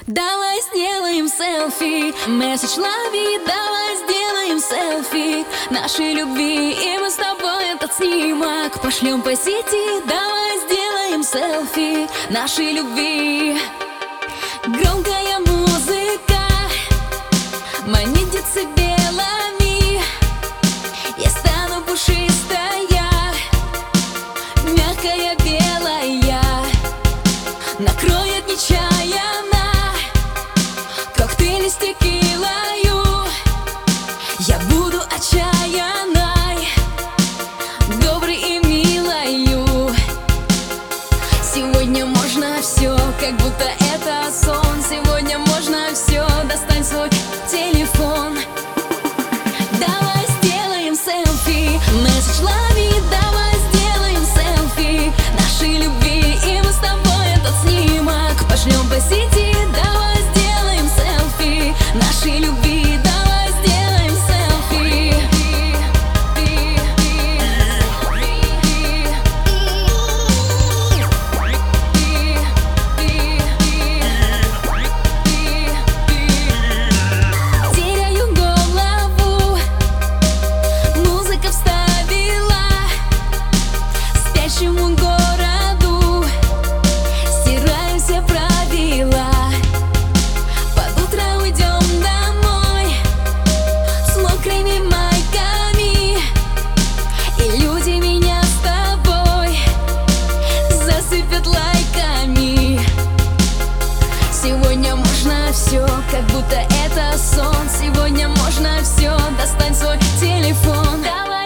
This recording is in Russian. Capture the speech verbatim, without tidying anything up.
Давай сделаем селфи, месседж лови. Давай сделаем селфи нашей любви, и мы с тобой этот снимок пошлем по сети. Давай сделаем селфи нашей любви. Громкая музыка манит децибелами. Я стану пушистая, мягкая, белая, накроет нечаянно коктейли с текилою. Я буду отчаянной, доброй и милою. Сегодня можно все, как будто это сон. Сегодня можно все, достань свой телефон. Давай сделаем селфи, месседж лови. Давай сделаем селфи нашей любви, и мы с тобой этот снимок пошлем по сети. Давай сделаем селфи нашей любви. Давай сделаем селфи. Теряю голову, музыка вставила спящему городу, стираю все правила. Под утро уйдем домой с мокрыми майками, и люди меня с тобой засыпят лайками. Сегодня можно все, как будто это сон. Сегодня можно все, достань свой телефон. Давай